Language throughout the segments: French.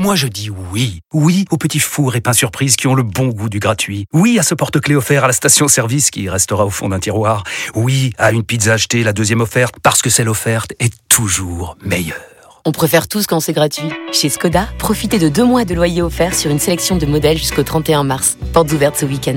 Moi je dis oui. Oui aux petits fours et pains surprises qui ont le bon goût du gratuit. Oui à ce porte-clés offert à la station-service qui restera au fond d'un tiroir. Oui à une pizza achetée, la deuxième offerte, parce que celle offerte est toujours meilleure. On préfère tous quand c'est gratuit. Chez Skoda, profitez de 2 mois de loyer offert sur une sélection de modèles jusqu'au 31 mars. Portes ouvertes ce week-end.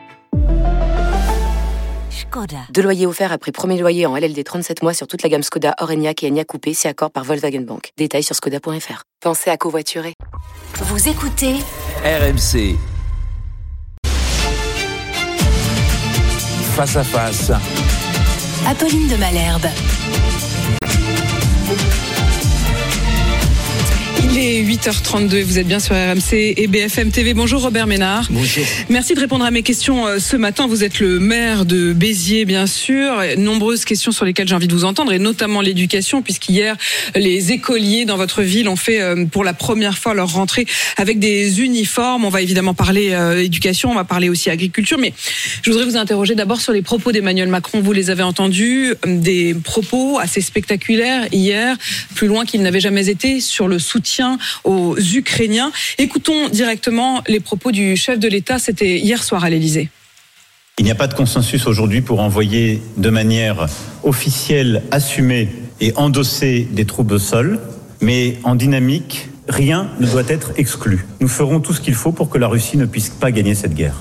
2 loyers offerts après premier loyer en LLD 37 mois sur toute la gamme Skoda, Orenia et Enyaq Coupé, si accord par Volkswagen Bank. Détails sur skoda.fr. Pensez à covoiturer. Vous écoutez RMC. Face à face. Apolline de Malherbe. Il est 8h32, vous êtes bien sur RMC et BFM TV. Bonjour Robert Ménard. Bonjour. Merci de répondre à mes questions ce matin. Vous êtes le maire de Béziers, bien sûr. Nombreuses questions sur lesquelles j'ai envie de vous entendre, et notamment l'éducation, puisqu'hier, les écoliers dans votre ville ont fait pour la première fois leur rentrée avec des uniformes. On va évidemment parler éducation, on va parler aussi agriculture, mais je voudrais vous interroger d'abord sur les propos d'Emmanuel Macron. Vous les avez entendus, des propos assez spectaculaires hier, plus loin qu'ils n'avaient jamais été, sur le soutien aux Ukrainiens. Écoutons directement les propos du chef de l'État, c'était hier soir à l'Élysée. Il n'y a pas de consensus aujourd'hui pour envoyer de manière officielle, assumée et endossée des troupes au sol, mais en dynamique, rien ne doit être exclu. Nous ferons tout ce qu'il faut pour que la Russie ne puisse pas gagner cette guerre.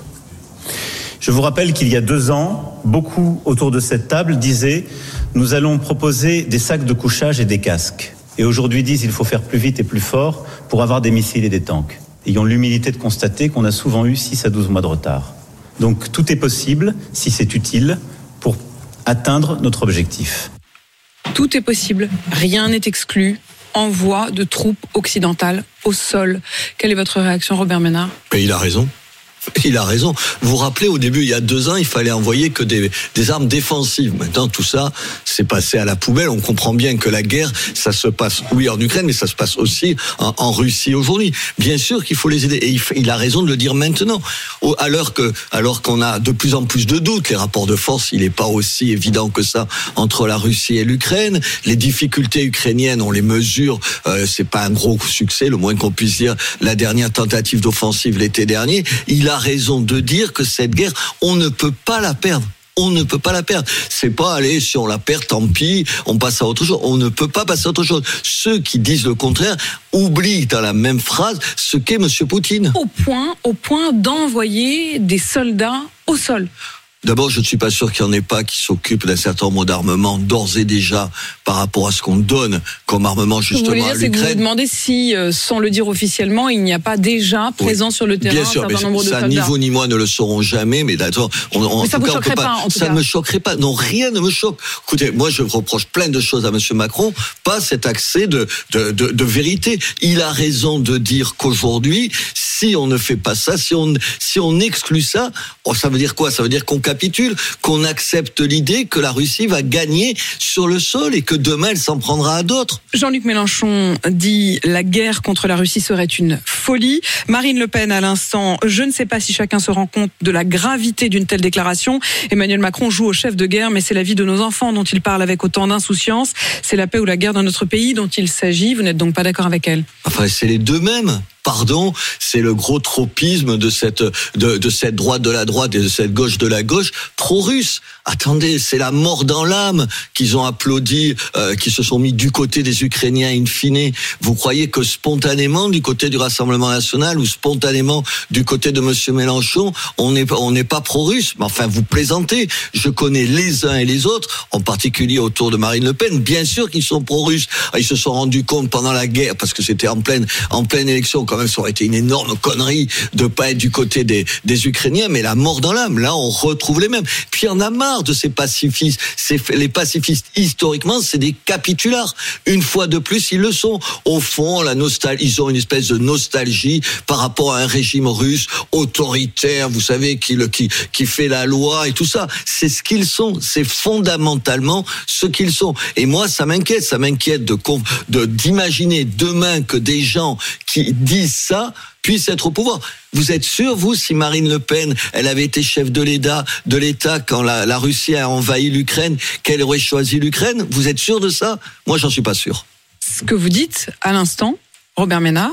Je vous rappelle qu'il y a 2 ans, beaucoup autour de cette table disaient « Nous allons proposer des sacs de couchage et des casques ». Et aujourd'hui disent qu'il faut faire plus vite et plus fort pour avoir des missiles et des tanks. Ayons l'humilité de constater qu'on a souvent eu 6 à 12 mois de retard. Donc tout est possible, si c'est utile, pour atteindre notre objectif. Tout est possible, rien n'est exclu. Envoi de troupes occidentales au sol. Quelle est votre réaction, Robert Ménard ? Mais il a raison. Il a raison. Vous vous rappelez, au début, il y a 2 ans, il fallait envoyer que des armes défensives. Maintenant, tout ça, c'est passé à la poubelle. On comprend bien que la guerre, ça se passe, oui, en Ukraine, mais ça se passe aussi en Russie aujourd'hui. Bien sûr qu'il faut les aider. Et il a raison de le dire maintenant. Alors qu'on a de plus en plus de doutes, les rapports de force, il n'est pas aussi évident que ça entre la Russie et l'Ukraine. Les difficultés ukrainiennes, on les mesure, c'est pas un gros succès, le moins qu'on puisse dire. La dernière tentative d'offensive l'été dernier, il a raison de dire que cette guerre, on ne peut pas la perdre. On ne peut pas la perdre. C'est pas, allez, si on la perd, tant pis, on passe à autre chose. On ne peut pas passer à autre chose. Ceux qui disent le contraire oublient dans la même phrase ce qu'est M. Poutine. Au point d'envoyer des soldats au sol. D'abord, je ne suis pas sûr qu'il n'y en ait pas qui s'occupent d'un certain nombre d'armements d'ores et déjà par rapport à ce qu'on donne comme armement justement à l'Ukraine. C'est que vous vous demandez si, sans le dire officiellement, il n'y a pas déjà présent sur le terrain bien sûr, un certain nombre de soldats. Ni vous ni moi ne le saurons jamais, mais d'accord. Ça ne vous choquerait pas, en tout cas. Ça ne me choquerait pas. Non, rien ne me choque. Écoutez, moi, je reproche plein de choses à M. Macron, pas cet accès de vérité. Il a raison de dire qu'aujourd'hui, si on ne fait pas ça, si on exclut ça, ça veut dire quoi ? Ça veut dire qu'on capitule, qu'on accepte l'idée que la Russie va gagner sur le sol et que demain elle s'en prendra à d'autres. Jean-Luc Mélenchon dit la guerre contre la Russie serait une folie. Marine Le Pen à l'instant, je ne sais pas si chacun se rend compte de la gravité d'une telle déclaration. Emmanuel Macron joue au chef de guerre, mais c'est la vie de nos enfants dont il parle avec autant d'insouciance. C'est la paix ou la guerre dans notre pays dont il s'agit. Vous n'êtes donc pas d'accord avec elle ? Enfin, c'est les deux mêmes. Pardon, c'est le gros tropisme de cette droite de la droite et de cette gauche de la gauche pro-russe. Attendez, c'est la mort dans l'âme qu'ils ont applaudi, qui se sont mis du côté des Ukrainiens in fine. Vous croyez que spontanément, du côté du Rassemblement national ou spontanément du côté de Monsieur Mélenchon, on n'est pas pro-russe? Mais enfin, vous plaisantez. Je connais les uns et les autres, en particulier autour de Marine Le Pen. Bien sûr qu'ils sont pro-russes. Ils se sont rendus compte pendant la guerre, parce que c'était en pleine élection. Quand même, ça aurait été une énorme connerie de pas être du côté des Ukrainiens, mais la mort dans l'âme. Là, on retrouve les mêmes. Puis, on a marre de ces pacifistes. Les pacifistes, historiquement, c'est des capitulards. Une fois de plus, ils le sont. Au fond, ils ont une espèce de nostalgie par rapport à un régime russe autoritaire, vous savez, qui fait la loi et tout ça. C'est ce qu'ils sont. C'est fondamentalement ce qu'ils sont. Et moi, ça m'inquiète. Ça m'inquiète d'imaginer demain que des gens qui disent ça puissent être au pouvoir. Vous êtes sûr, vous, si Marine Le Pen, elle avait été chef de l'État quand la Russie a envahi l'Ukraine, qu'elle aurait choisi l'Ukraine? Vous êtes sûr de ça? Moi, j'en suis pas sûr. Ce que vous dites à l'instant, Robert Ménard,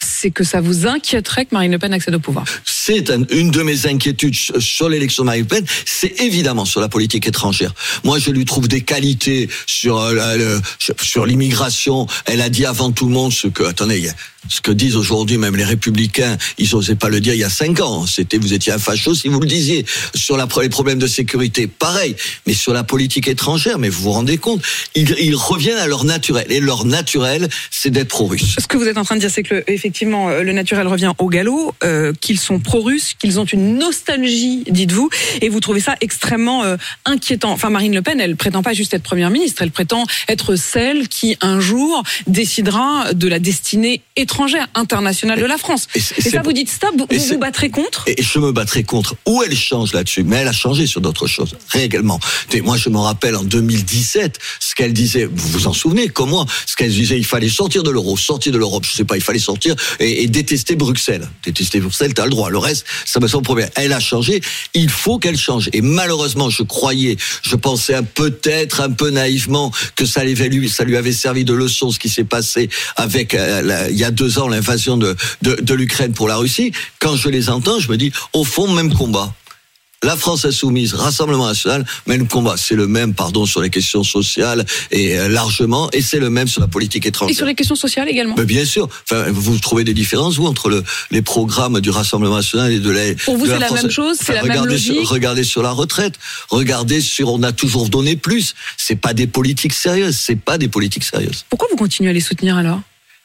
c'est que ça vous inquiéterait que Marine Le Pen accède au pouvoir. C'est une de mes inquiétudes sur l'élection de Marine Le Pen, c'est évidemment sur la politique étrangère. Moi, je lui trouve des qualités sur l'immigration. Elle a dit avant tout le monde ce que disent aujourd'hui même les Républicains, ils n'osaient pas le dire il y a 5 ans. Vous étiez un facho si vous le disiez. Sur les problèmes de sécurité, pareil. Mais sur la politique étrangère, mais vous vous rendez compte, ils reviennent à leur naturel. Et leur naturel, c'est d'être pro-russe. Ce que vous êtes en train de dire, c'est que effectivement, le naturel revient au galop, qu'ils sont pro-russes, qu'ils ont une nostalgie, dites-vous, et vous trouvez ça extrêmement inquiétant. Enfin, Marine Le Pen, elle prétend pas juste être première ministre, elle prétend être celle qui, un jour, décidera de la destinée étrangère, internationale de la France. Et ça, vous dites stop, vous vous battrez contre ? Et je me battrai contre. Où elle change là-dessus, mais elle a changé sur d'autres choses, réellement. Moi, je me rappelle en 2017, ce qu'elle disait, vous vous en souvenez, comme moi, ce qu'elle disait, il fallait sortir de l'euro, sortir de l'Europe, je sais pas, il fallait sortir et détester Bruxelles. Détester Bruxelles, t'as le droit. Le reste, ça me semble problème. Elle a changé, il faut qu'elle change. Et malheureusement, je pensais peut-être un peu naïvement que ça lui avait servi de leçon ce qui s'est passé avec il y a 2 ans l'invasion de l'Ukraine pour la Russie. Quand je les entends, je me dis, au fond, même combat. La France insoumise, Rassemblement national, même combat. C'est le même, sur les questions sociales et largement, et c'est le même sur la politique étrangère. Et sur les questions sociales également. Mais bien sûr. Enfin, vous trouvez des différences, vous, entre les programmes du Rassemblement national et de la Pour vous, c'est la même chose, c'est la même logique. Regardez sur la retraite. Regardez on a toujours donné plus. C'est pas des politiques sérieuses. Pourquoi vous continuez à les soutenir alors ?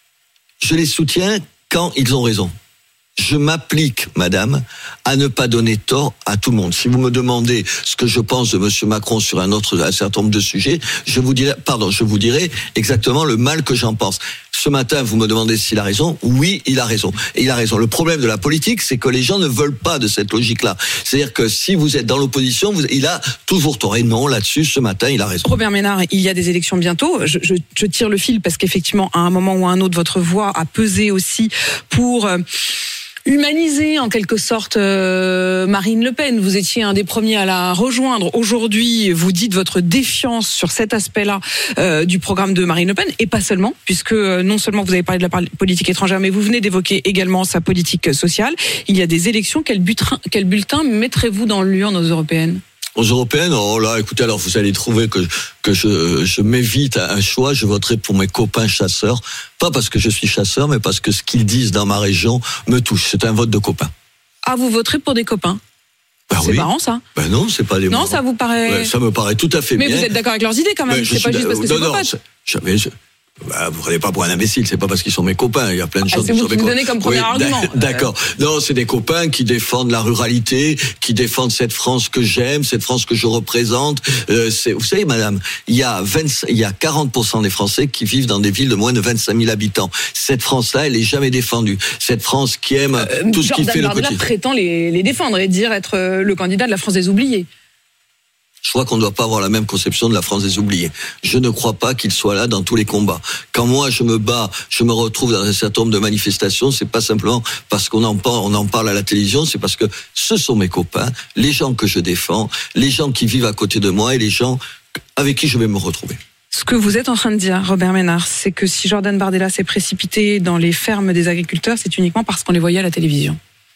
Je les soutiens quand ils ont raison. Je m'applique, madame, à ne pas donner tort à tout le monde. Si vous me demandez ce que je pense de monsieur Macron sur un certain nombre de sujets, je vous dirai exactement le mal que j'en pense. Ce matin, vous me demandez s'il a raison. Oui, il a raison. Et il a raison. Le problème de la politique, c'est que les gens ne veulent pas de cette logique-là. C'est-à-dire que si vous êtes dans l'opposition, il a toujours tort. Et non, là-dessus, ce matin, il a raison. Robert Ménard, il y a des élections bientôt. Je tire le fil parce qu'effectivement, à un moment ou à un autre, votre voix a pesé aussi pour humaniser en quelque sorte Marine Le Pen. Vous étiez un des premiers à la rejoindre. Aujourd'hui, vous dites votre défiance sur cet aspect-là du programme de Marine Le Pen, et pas seulement, puisque non seulement vous avez parlé de la politique étrangère, mais vous venez d'évoquer également sa politique sociale. Il y a des élections. Quel bulletin mettrez-vous dans l'urne aux européennes ? Aux européennes, écoutez, alors vous allez trouver que je m'évite à un choix. Je voterai pour mes copains chasseurs, pas parce que je suis chasseur, mais parce que ce qu'ils disent dans ma région me touche. C'est un vote de copains. Ah, vous voterez pour des copains ? C'est marrant, ça. Non, c'est pas des marrants. Non, ça vous paraît... Ouais, ça me paraît tout à fait bien. Mais vous êtes d'accord avec leurs idées quand même. C'est pas juste parce que c'est vos potes. Vous ne prenez pas pour un imbécile, c'est pas parce qu'ils sont mes copains, il y a plein de choses. C'est vous qui me donnez comme premier argument. D'accord. Non, c'est des copains qui défendent la ruralité, qui défendent cette France que j'aime, cette France que je représente. Vous savez, madame, il y a 40% des Français qui vivent dans des villes de moins de 25 000 habitants. Cette France-là, elle est jamais défendue. Cette France qui aime tout ce qui fait le quotidien. Jordan Bardella prétend les défendre et dire être le candidat de la France des oubliés. Je crois qu'on ne doit pas avoir la même conception de la France des oubliés. Je ne crois pas qu'il soit là dans tous les combats. Quand moi je me bats, je me retrouve dans un certain nombre de manifestations, c'est pas simplement parce qu'on en parle à la télévision, c'est parce que ce sont mes copains, les gens que je défends, les gens qui vivent à côté de moi et les gens avec qui je vais me retrouver. Ce que vous êtes en train de dire, Robert Ménard, c'est que si Jordan Bardella s'est précipité dans les fermes des agriculteurs, c'est uniquement parce qu'on les voyait à la télévision.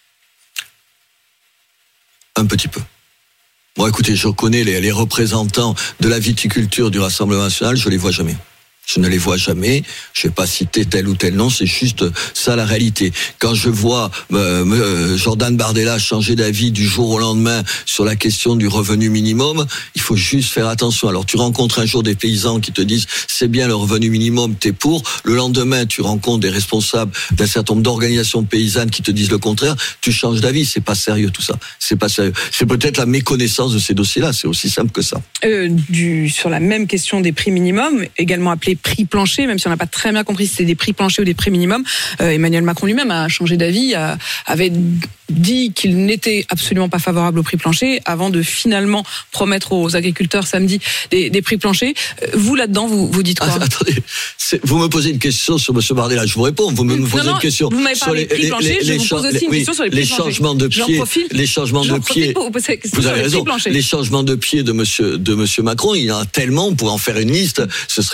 Un petit peu. Bon, écoutez, je connais les représentants de la viticulture du Rassemblement national, je les vois jamais. Je ne les vois jamais. Je vais pas citer tel ou tel nom, c'est juste ça la réalité. Quand je vois Jordan Bardella changer d'avis du jour au lendemain sur la question du revenu minimum, il faut juste faire attention. Alors tu rencontres un jour des paysans qui te disent c'est bien le revenu minimum, t'es pour. Le lendemain, tu rencontres des responsables d'un certain nombre d'organisations paysannes qui te disent le contraire. Tu changes d'avis. C'est pas sérieux tout ça. C'est pas sérieux. C'est peut-être la méconnaissance de ces dossiers-là. C'est aussi simple que ça. Sur la même question des prix minimums, également appelé prix plancher, même si on n'a pas très bien compris si c'était des prix planchers ou des prix minimums, Emmanuel Macron lui-même a changé d'avis, avait dit qu'il n'était absolument pas favorable au prix plancher avant de finalement promettre aux agriculteurs samedi des prix planchers. Vous là-dedans, vous dites quoi ? Attendez, vous me posez une question sur M. Bardella, je vous réponds. Vous me posez une question vous m'avez parlé sur les prix planchers, je vous pose aussi une question sur les prix planchers. Les changements de pied. Vous avez raison. Les changements de pied de monsieur Macron, il y en a tellement, on pourrait en faire une liste. Ce serait une liste à la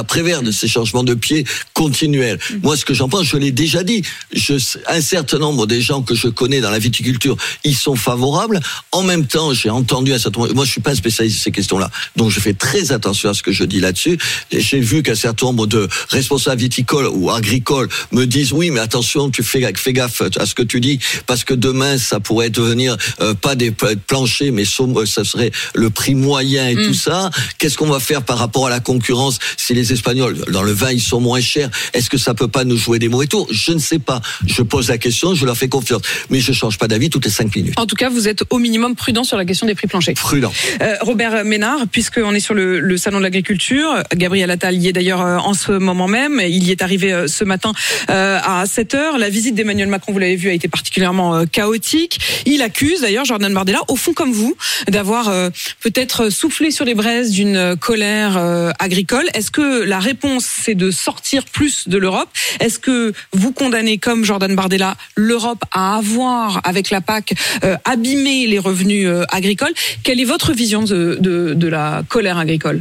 à Prévert, de ces changements de pied continuels. Moi, ce que j'en pense, je l'ai déjà dit. Un certain nombre des gens que je connais dans la viticulture, ils sont favorables. En même temps, j'ai entendu un certain nombre... Moi, je suis pas un spécialiste de ces questions-là, donc je fais très attention à ce que je dis là-dessus. Et j'ai vu qu'un certain nombre de responsables viticoles ou agricoles me disent oui, mais attention, fais gaffe à ce que tu dis, parce que demain, ça pourrait devenir pas des planchers, mais ça serait le prix moyen et tout ça. Qu'est-ce qu'on va faire par rapport à la concurrence si les Espagnols, dans le vin, ils sont moins chers? Est-ce que ça peut pas nous jouer des mauvais tours? Je ne sais pas. Je pose la question, je leur fais confiance. Mais je change pas d'avis toutes les 5 minutes. En tout cas, vous êtes au minimum prudent sur la question des prix planchers. Prudent. Robert Ménard, puisqu'on est sur le salon de l'agriculture, Gabriel Attal y est d'ailleurs en ce moment même. Il y est arrivé ce matin à 7h. La visite d'Emmanuel Macron, vous l'avez vu, a été particulièrement chaotique. Il accuse d'ailleurs Jordan Bardella, au fond comme vous, d'avoir peut-être soufflé sur les braises d'une colère agricole. Est-ce que la réponse, c'est de sortir plus de l'Europe? Est-ce que vous condamnez, comme Jordan Bardella, l'Europe à avoir, avec la PAC, abîmé les revenus agricoles? Quelle est votre vision de la colère agricole?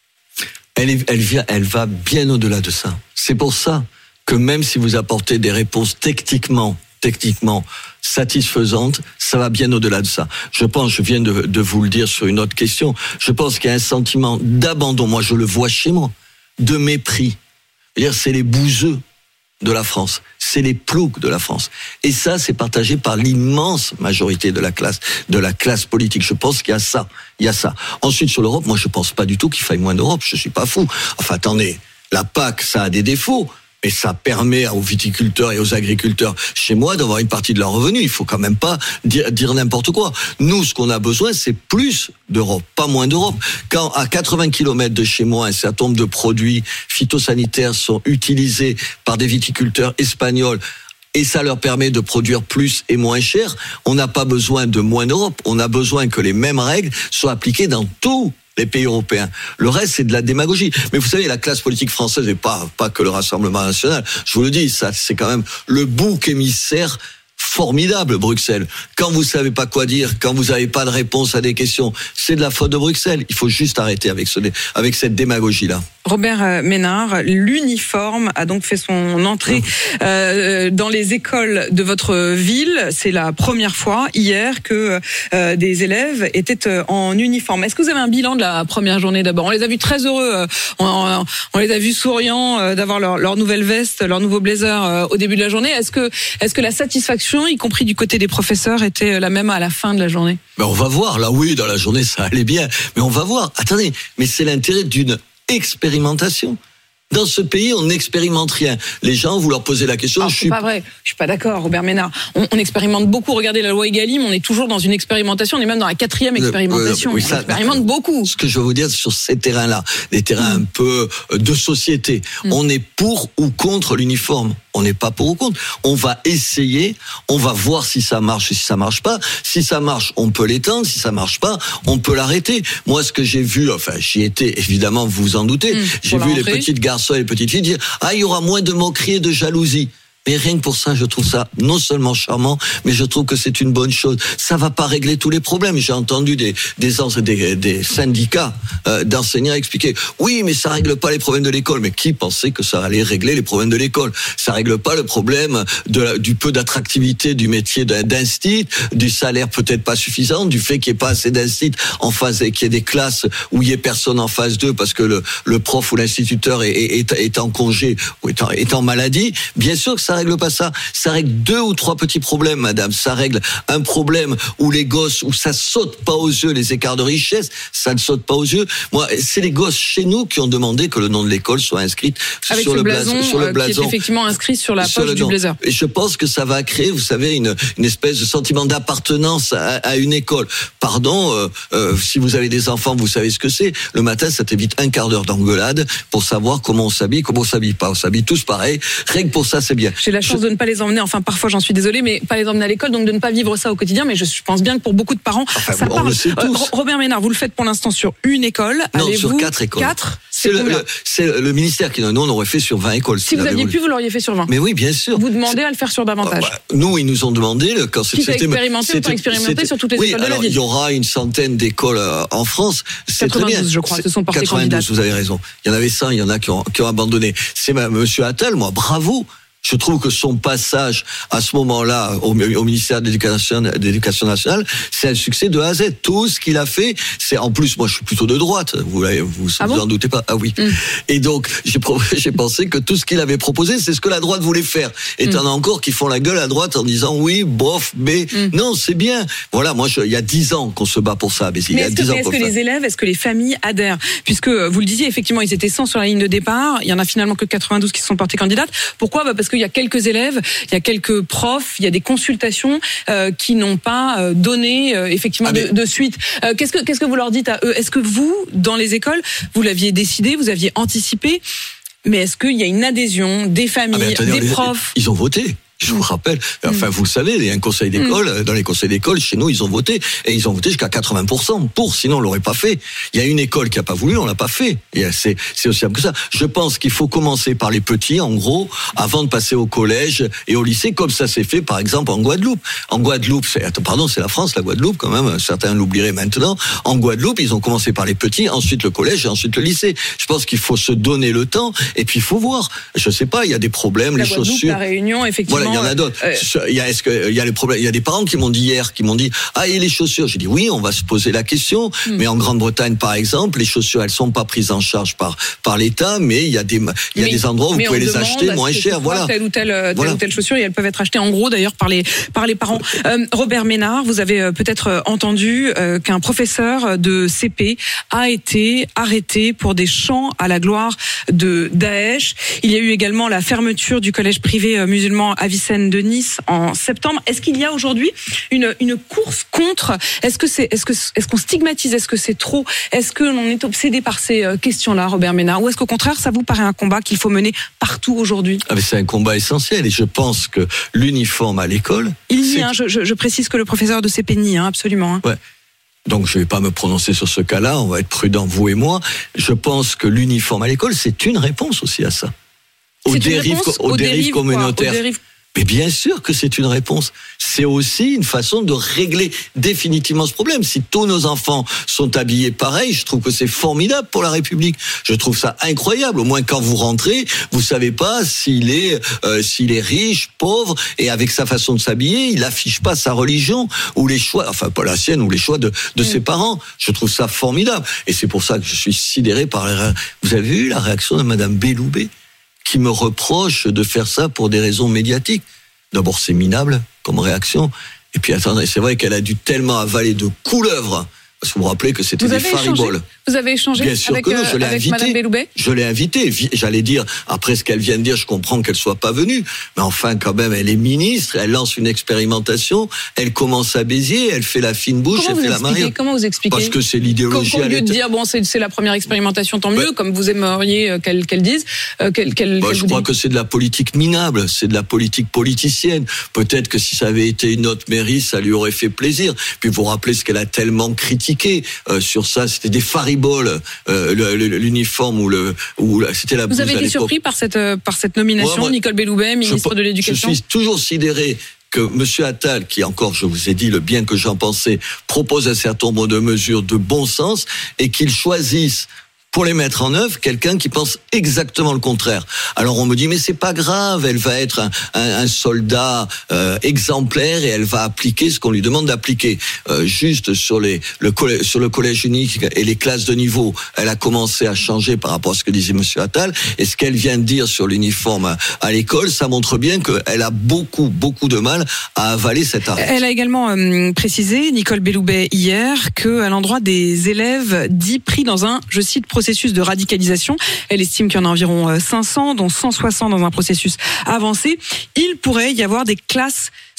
Elle va bien au-delà de ça. C'est pour ça que même si vous apportez des réponses techniquement satisfaisantes, ça va bien au-delà de ça. Je viens de vous le dire sur une autre question, je pense qu'il y a un sentiment d'abandon, moi je le vois chez moi, de mépris. C'est les bouseux de la France, c'est les ploucs de la France. Et ça, c'est partagé par l'immense majorité de la classe politique. Je pense qu'il y a ça. Ensuite, sur l'Europe, moi je pense pas du tout qu'il faille moins d'Europe, je suis pas fou. Enfin, attendez, la PAC, ça a des défauts. Et ça permet aux viticulteurs et aux agriculteurs chez moi d'avoir une partie de leurs revenus. Il faut quand même pas dire n'importe quoi. Nous, ce qu'on a besoin, c'est plus d'Europe, pas moins d'Europe. Quand à 80 km de chez moi, un certain nombre de produits phytosanitaires sont utilisés par des viticulteurs espagnols, et ça leur permet de produire plus et moins cher, on n'a pas besoin de moins d'Europe. On a besoin que les mêmes règles soient appliquées dans tous les pays européens. Le reste, c'est de la démagogie. Mais vous savez, la classe politique française, et pas que le Rassemblement national, je vous le dis, ça, c'est quand même le bouc émissaire formidable, Bruxelles. Quand vous savez pas quoi dire, quand vous n'avez pas de réponse à des questions, c'est de la faute de Bruxelles. Il faut juste arrêter avec cette démagogie-là. Robert Ménard, l'uniforme a donc fait son entrée dans les écoles de votre ville. C'est la première fois hier que des élèves étaient en uniforme. Est-ce que vous avez un bilan de la première journée d'abord? On les a vus très heureux, on les a vus souriants d'avoir leur nouvelle veste, leur nouveau blazer au début de la journée. Est-ce que la satisfaction, y compris du côté des professeurs, était la même à la fin de la journée? On va voir. Là, oui, dans la journée, ça allait bien. Mais on va voir. Attendez, mais c'est l'intérêt d'une expérimentation. Dans ce pays, on n'expérimente rien. Les gens, vous leur posez la question... C'est pas vrai. Je suis pas d'accord, Robert Ménard. On expérimente beaucoup. Regardez la loi Egalim, on est toujours dans une expérimentation. On est même dans la 4e expérimentation. Oui, on expérimente beaucoup. Ce que je veux vous dire sur ces terrains-là, des terrains un peu de société, on est pour ou contre l'uniforme. On n'est pas pour ou contre. On va essayer, on va voir si ça marche et si ça marche pas. Si ça marche, on peut l'étendre. Si ça marche pas, on peut l'arrêter. Moi, ce que j'ai vu, enfin, j'y étais, évidemment, vous vous en doutez, j'ai vu les petites garçons et les petites filles dire « Ah, il y aura moins de moquerie et de jalousie ». Mais rien que pour ça, je trouve ça non seulement charmant, mais je trouve que c'est une bonne chose. Ça va pas régler tous les problèmes. J'ai entendu des syndicats d'enseignants expliquer « Oui, mais ça règle pas les problèmes de l'école ». Mais qui pensait que ça allait régler les problèmes de l'école? Ça règle pas le problème du peu d'attractivité du métier d'instit, du salaire peut-être pas suffisant, du fait qu'il n'y ait pas assez d'instit en face, qu'il y ait des classes où il y ait personne en phase 2 parce que le prof ou l'instituteur est en congé ou est en maladie. Bien sûr que ça règle pas ça. Ça règle 2 ou 3 petits problèmes, madame. Ça règle un problème où les gosses, où ça saute pas aux yeux, les écarts de richesse, ça ne saute pas aux yeux. Moi, c'est les gosses chez nous qui ont demandé que le nom de l'école soit inscrit sur le blason. Qui est effectivement inscrit sur la poche du blazer. Et je pense que ça va créer, vous savez, une espèce de sentiment d'appartenance à une école. Pardon, si vous avez des enfants, vous savez ce que c'est. Le matin, ça t'évite un quart d'heure d'engueulade pour savoir comment on s'habille pas. On s'habille tous pareil. Rien que pour ça, c'est bien. j'ai la chance de ne pas les emmener, enfin parfois j'en suis désolée, mais pas les emmener à l'école, donc de ne pas vivre ça au quotidien, mais je pense bien que pour beaucoup de parents, ça on parle. le sait tous. Robert Ménard, vous le faites pour l'instant sur une école. Non, sur 4 écoles. 4 C'est le ministère qui nous, on aurait fait sur 20 écoles. Si vous aviez pu, vous l'auriez fait sur 20. Mais oui, bien sûr. Vous demandez à le faire sur davantage. Nous, ils nous ont demandé, quand c'était expérimenté sur toutes les écoles de la ville. Il y aura une centaine d'écoles en France. C'est 92, très bien. je crois, se sont portés 92, candidats. vous avez raison. Il y en avait 100, il y en a qui ont abandonné. C'est Monsieur Attal, moi, bravo. Je trouve que son passage à ce moment-là au ministère de l'Éducation nationale, c'est un succès de A à Z. Tout ce qu'il a fait, c'est en plus, moi je suis plutôt de droite, vous en doutez pas. Ah oui. Et donc j'ai pensé que tout ce qu'il avait proposé, c'est ce que la droite voulait faire. Et t'en as encore qui font la gueule à droite en disant oui, bof, mais non, c'est bien. Voilà, moi il y a 10 ans qu'on se bat pour ça. Mais est-ce que les élèves, est-ce que les familles adhèrent? Puisque vous le disiez, effectivement, ils étaient 100 sur la ligne de départ. Il y en a finalement que 92 qui se sont portés candidates. Pourquoi? Parce qu'il y a quelques élèves, il y a quelques profs, il y a des consultations qui n'ont pas donné effectivement de suite. Qu'est-ce que vous leur dites à eux? Est-ce que vous, dans les écoles, vous l'aviez décidé, vous aviez anticipé, mais est-ce qu'il y a une adhésion des familles, des profs? Ils ont voté. Je vous rappelle, enfin vous le savez, il y a un conseil d'école, dans les conseils d'école, chez nous, ils ont voté, et ils ont voté jusqu'à 80% pour, sinon on l'aurait pas fait. Il y a une école qui a pas voulu, on l'a pas fait. Et c'est aussi simple que ça. Je pense qu'il faut commencer par les petits, en gros, avant de passer au collège et au lycée, comme ça s'est fait, par exemple, en Guadeloupe. En Guadeloupe, c'est la France, la Guadeloupe, quand même, certains l'oublieraient maintenant. En Guadeloupe, ils ont commencé par les petits, ensuite le collège et ensuite le lycée. Je pense qu'il faut se donner le temps, et puis il faut voir. Je sais pas, il y a des problèmes, les chaussures. La Réunion, effectivement. Voilà, il y en a d'autres. Il y a les problèmes. Il y a des parents qui m'ont dit hier, et les chaussures. J'ai dit oui, on va se poser la question. Mais en Grande-Bretagne, par exemple, les chaussures, elles sont pas prises en charge par l'État, mais il y a des endroits où vous pouvez les acheter moins cher. Voilà. Telle ou telle chaussure, et elles peuvent être achetées en gros d'ailleurs par les parents. Robert Ménard, vous avez peut-être entendu qu'un professeur de CP a été arrêté pour des chants à la gloire de Daesh. Il y a eu également la fermeture du collège privé musulman Avicenne de Nice en septembre. Est-ce qu'il y a aujourd'hui une course contre? Est-ce qu'on stigmatise? Est-ce que c'est trop? Est-ce que l'on est obsédé par ces questions-là, Robert Ménard? Ou est-ce qu'au contraire, ça vous paraît un combat qu'il faut mener partout aujourd'hui? Mais c'est un combat essentiel, et je pense que l'uniforme à l'école... Je précise que le professeur de CP nie, absolument. Ouais. Donc je vais pas me prononcer sur ce cas-là, on va être prudents, vous et moi. Je pense que l'uniforme à l'école, c'est une réponse aussi à ça. Aux dérives communautaires. Mais bien sûr que c'est une réponse. C'est aussi une façon de régler définitivement ce problème. Si tous nos enfants sont habillés pareil, je trouve que c'est formidable pour la République. Je trouve ça incroyable. Au moins, quand vous rentrez, vous savez pas s'il est riche, pauvre, et avec sa façon de s'habiller, il affiche pas sa religion ou les choix, enfin pas la sienne, ou les choix de ses parents. Je trouve ça formidable. Et c'est pour ça que je suis sidéré par Vous avez vu la réaction de Madame Belloubet, qui me reproche de faire ça pour des raisons médiatiques. D'abord, c'est minable comme réaction. Et puis, attendez, c'est vrai qu'elle a dû tellement avaler de couleuvres. Parce que vous vous rappelez que c'était des fariboles. Vous avez échangé avec Madame Belloubet? Je l'ai invitée. J'allais dire, après ce qu'elle vient de dire, je comprends qu'elle soit pas venue. Mais enfin, quand même, elle est ministre, elle lance une expérimentation, elle commence à Béziers, elle fait la fine bouche, elle fait la mariée. Comment vous expliquez? Parce que c'est l'idéologie. Au lieu de dire, c'est la première expérimentation, tant mieux, comme vous aimeriez qu'elle dise. Je crois que c'est de la politique minable, c'est de la politique politicienne. Peut-être que si ça avait été une autre mairie, ça lui aurait fait plaisir. Puis vous vous rappelez ce qu'elle a tellement critiqué sur ça, c'était des fariboles, l'uniforme ou c'était la blouse. Vous avez été surpris par cette nomination, Nicole Belloubet, ministre de l'Éducation? Je suis toujours sidéré que M. Attal, qui encore, je vous ai dit le bien que j'en pensais, propose un certain nombre de mesures de bon sens et qu'il choisisse pour les mettre en œuvre, quelqu'un qui pense exactement le contraire. Alors on me dit, mais c'est pas grave, elle va être un soldat exemplaire et elle va appliquer ce qu'on lui demande d'appliquer. Juste sur le collège unique et les classes de niveau, elle a commencé à changer par rapport à ce que disait M. Attal. Et ce qu'elle vient de dire sur l'uniforme à l'école, ça montre bien qu'elle a beaucoup de mal à avaler cette arrêt. Elle a également précisé, Nicole Belloubet, hier, qu'à l'endroit des élèves dits pris dans un, je cite, processus de radicalisation. Elle estime qu'il y en a environ 500, dont 160 dans un processus avancé. Il pourrait y avoir des classes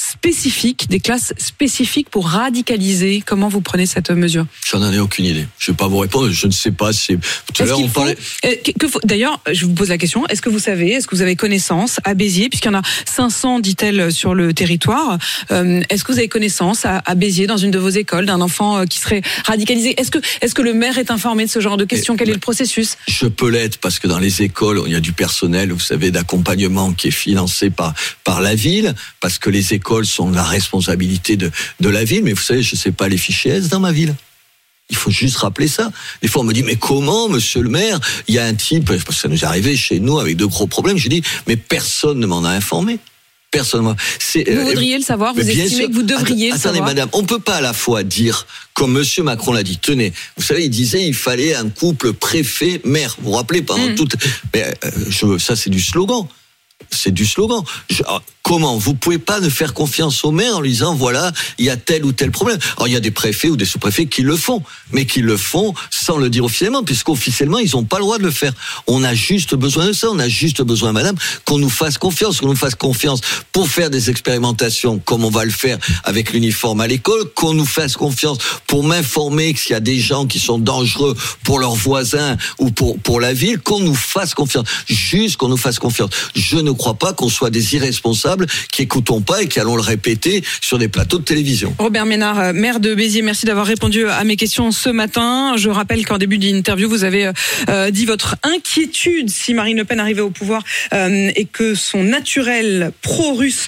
spécifiques, des classes spécifiques pour radicaliser. Comment vous prenez cette mesure? J'en ai aucune idée. Je vais pas vous répondre. Je ne sais pas. Tout à l'heure, on parlait. D'ailleurs, je vous pose la question. Est-ce que vous avez connaissance à Béziers, puisqu'il y en a 500, dit-elle, sur le territoire. Est-ce que vous avez connaissance à Béziers, dans une de vos écoles, d'un enfant qui serait radicalisé? Est-ce que le maire est informé de ce genre de questions? Quel est le processus? Je peux l'être parce que dans les écoles, il y a du personnel, vous savez, d'accompagnement qui est financé par la ville, parce que les écoles sont la responsabilité de la ville. Mais vous savez, je sais pas les fichiers S dans ma ville. Il faut juste rappeler ça. Des fois, on me dit, mais comment, monsieur le maire, il y a un type, parce que ça nous est arrivé chez nous avec de gros problèmes. Je dis, mais personne ne m'en a informé. Personne. Vous voudriez le savoir, vous estimez que vous devriez le savoir. Attendez, madame, on peut pas à la fois dire, comme monsieur Macron l'a dit, tenez, vous savez, il disait, il fallait un couple préfet-maire. Vous vous rappelez, pendant toute, mais, ça, c'est du slogan. C'est du slogan. Comment? Vous pouvez pas ne faire confiance au maire en lui disant, voilà, il y a tel ou tel problème. Alors, il y a des préfets ou des sous-préfets qui le font, mais qui le font sans le dire officiellement, puisqu'officiellement, ils ont pas le droit de le faire. On a juste besoin de ça. On a juste besoin, madame, qu'on nous fasse confiance pour faire des expérimentations, comme on va le faire avec l'uniforme à l'école, qu'on nous fasse confiance pour m'informer que s'il y a des gens qui sont dangereux pour leurs voisins ou pour la ville, qu'on nous fasse confiance. Juste qu'on nous fasse confiance. Je ne crois pas qu'on soit des irresponsables qui écoutons pas et qui allons le répéter sur des plateaux de télévision. Robert Ménard, maire de Béziers, merci d'avoir répondu à mes questions ce matin. Je rappelle qu'en début d'interview, vous avez dit votre inquiétude si Marine Le Pen arrivait au pouvoir et que son naturel pro-russe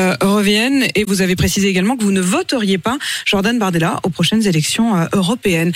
revienne. Et vous avez précisé également que vous ne voteriez pas Jordan Bardella aux prochaines élections européennes.